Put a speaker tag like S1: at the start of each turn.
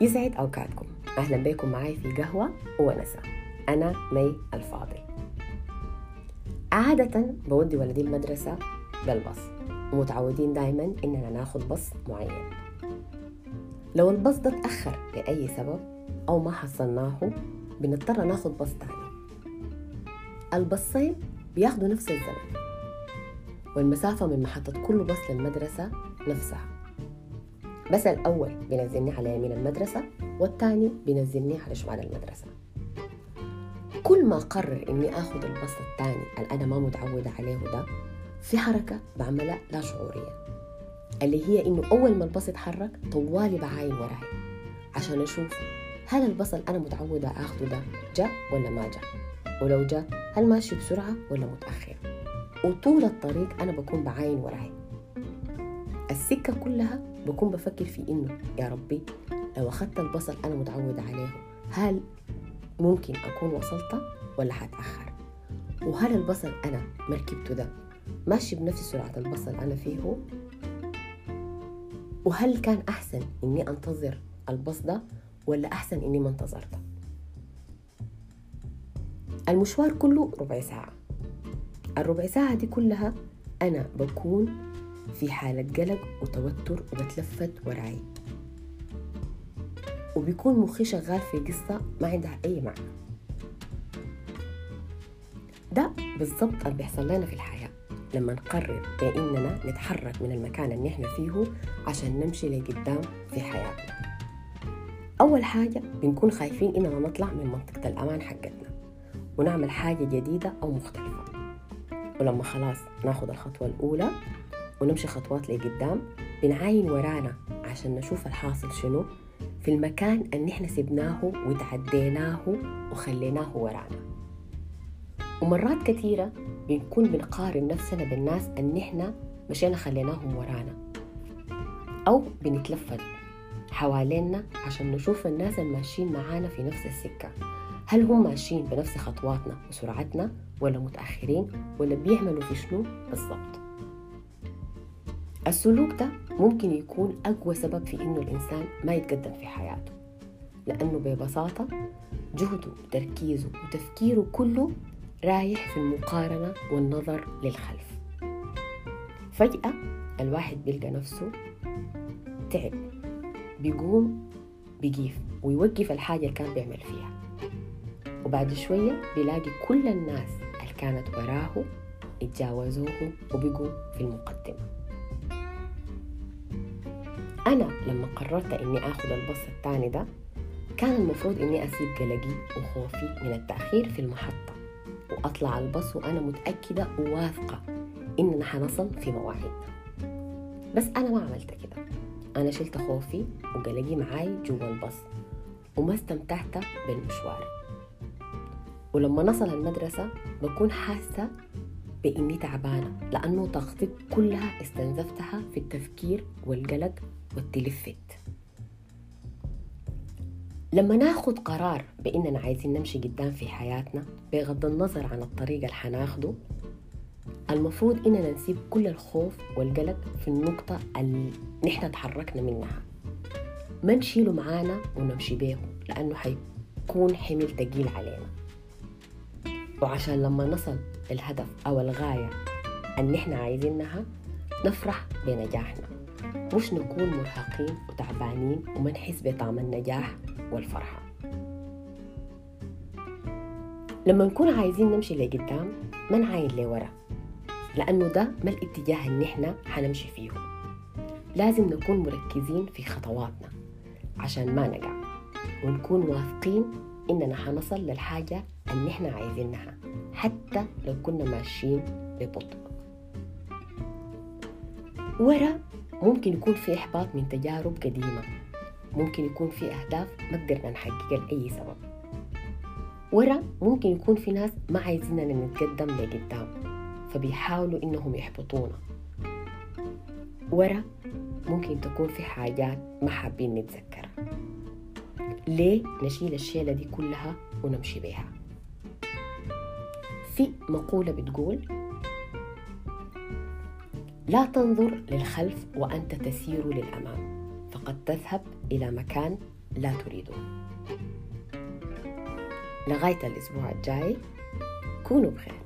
S1: يسعد أوقاتكم. أهلا بكم معي في قهوة ونسى. أنا مي الفاضل. عادة بودي ولدي المدرسة بالبص، ومتعودين دايما إننا ناخد بص معين. لو البص ده اتأخر لأي سبب أو ما حصلناه بنضطر ناخد بص تاني. البصين بياخدوا نفس الزمن، والمسافة من محطة كل بص للمدرسة نفسها، بس الأول بينزلني على يمين المدرسة والتاني بينزلني على شمال المدرسة. كل ما قرر إني أخذ البص التاني اللي أنا ما متعودة عليه ده، في حركة بعملها لا شعورية، اللي هي إنه أول ما البص يتحرك طوالي بعاين وراي عشان أشوف هل البص اللي أنا متعودة أخذه ده جاء ولا ما جاء، ولو جاء هل ماشي بسرعة ولا متأخر. وطول الطريق أنا بكون بعاين وراي. السكة كلها بكون بفكر في إنه يا ربي لو أخذت البص اللي أنا متعودة عليه هل ممكن أكون وصلت ولا حتأخر، وهل البص اللي أنا مركبته ده ماشي بنفس سرعة البص اللي أنا فيه، وهل كان أحسن إني أنتظر البص ده ولا أحسن إني ما انتظرته. المشوار كله ربع ساعة. الربع ساعة دي كلها أنا بكون في حالة قلق وتوتر وبتلفت وراي، وبيكون مخي شغال في قصة ما عندها أي معنى. ده بالضبط اللي بيحصل لنا في الحياة لما نقرر بأننا نتحرك من المكان اللي نحن فيه عشان نمشي لقدام في حياتنا. أول حاجة بنكون خايفين إننا نطلع من منطقة الأمان حقتنا ونعمل حاجة جديدة أو مختلفة، ولما خلاص ناخد الخطوة الأولى ونمشي خطوات لقدام بنعاين ورانا عشان نشوف الحاصل شنو في المكان اللي احنا سبناه وتعديناه وخليناه ورانا. ومرات كثيرة بنكون بنقارن نفسنا بالناس اللي احنا مشينا خليناهم ورانا، أو بنتلفت حوالينا عشان نشوف الناس الماشيين معانا في نفس السكة، هل هم ماشيين بنفس خطواتنا وسرعتنا ولا متأخرين ولا بيعملوا في شنو بالضبط. السلوك ده ممكن يكون أقوى سبب في إنه الإنسان ما يتقدم في حياته، لأنه ببساطة جهده وتركيزه وتفكيره كله رايح في المقارنة والنظر للخلف. فجأة الواحد بيلقى نفسه تعب، بيقوم بيقيف ويوقف الحاجة اللي كان بيعمل فيها، وبعد شوية بيلاقي كل الناس اللي كانت وراه اتجاوزوه وبقوا في المقدمة. أنا لما قررت إني أخذ البص الثاني ده كان المفروض إني أسيب قلقي وخوفي من التأخير في المحطة وأطلع البص وأنا متأكدة وواثقة إننا حنصل في مواعيدنا. بس أنا ما عملت كده. أنا شلت خوفي وقلقي معاي جوا البص وما استمتعت بالمشوار. ولما نصل المدرسة بكون حاسة بإني تعبانة، لأنه طاقتي كلها استنزفتها في التفكير والقلق والتلفت. لما ناخد قرار بإننا عايزين نمشي قدام في حياتنا بغض النظر عن الطريقة اللي حناخده، المفروض إننا نسيب كل الخوف والقلق في النقطة اللي نحن تحركنا منها، ما نشيله معانا ونمشي بيه، لأنه حيكون حمل تقيل علينا. وعشان لما نصل الهدف أو الغاية اللي نحن عايزينها نفرح بنجاحنا، مش نكون مرهقين وتعبانين وما نحس بطعم النجاح والفرحة. لما نكون عايزين نمشي لقدام ما نعاين لورا، لأنه ده ما الاتجاه اللي نحن حنمشي فيه. لازم نكون مركزين في خطواتنا عشان ما نقع، ونكون واثقين إننا حنصل للحاجة اللي نحن عايزينها حتى لو كنا ماشيين ببطء. ورا ممكن يكون في إحباط من تجارب قديمة، ممكن يكون في أهداف ما قدرنا نحققها لأي سبب. ورا ممكن يكون في ناس ما عايزيننا نتقدم لقدام فبيحاولوا إنهم يحبطونا. ورا ممكن تكون في حاجات ما حابين نتذكرها. ليه نشيل الشيلة دي كلها ونمشي بيها؟ في مقولة بتقول: لا تنظر للخلف وأنت تسير للأمام، فقد تذهب إلى مكان لا تريده. لغاية الأسبوع الجاي، كونوا بخير.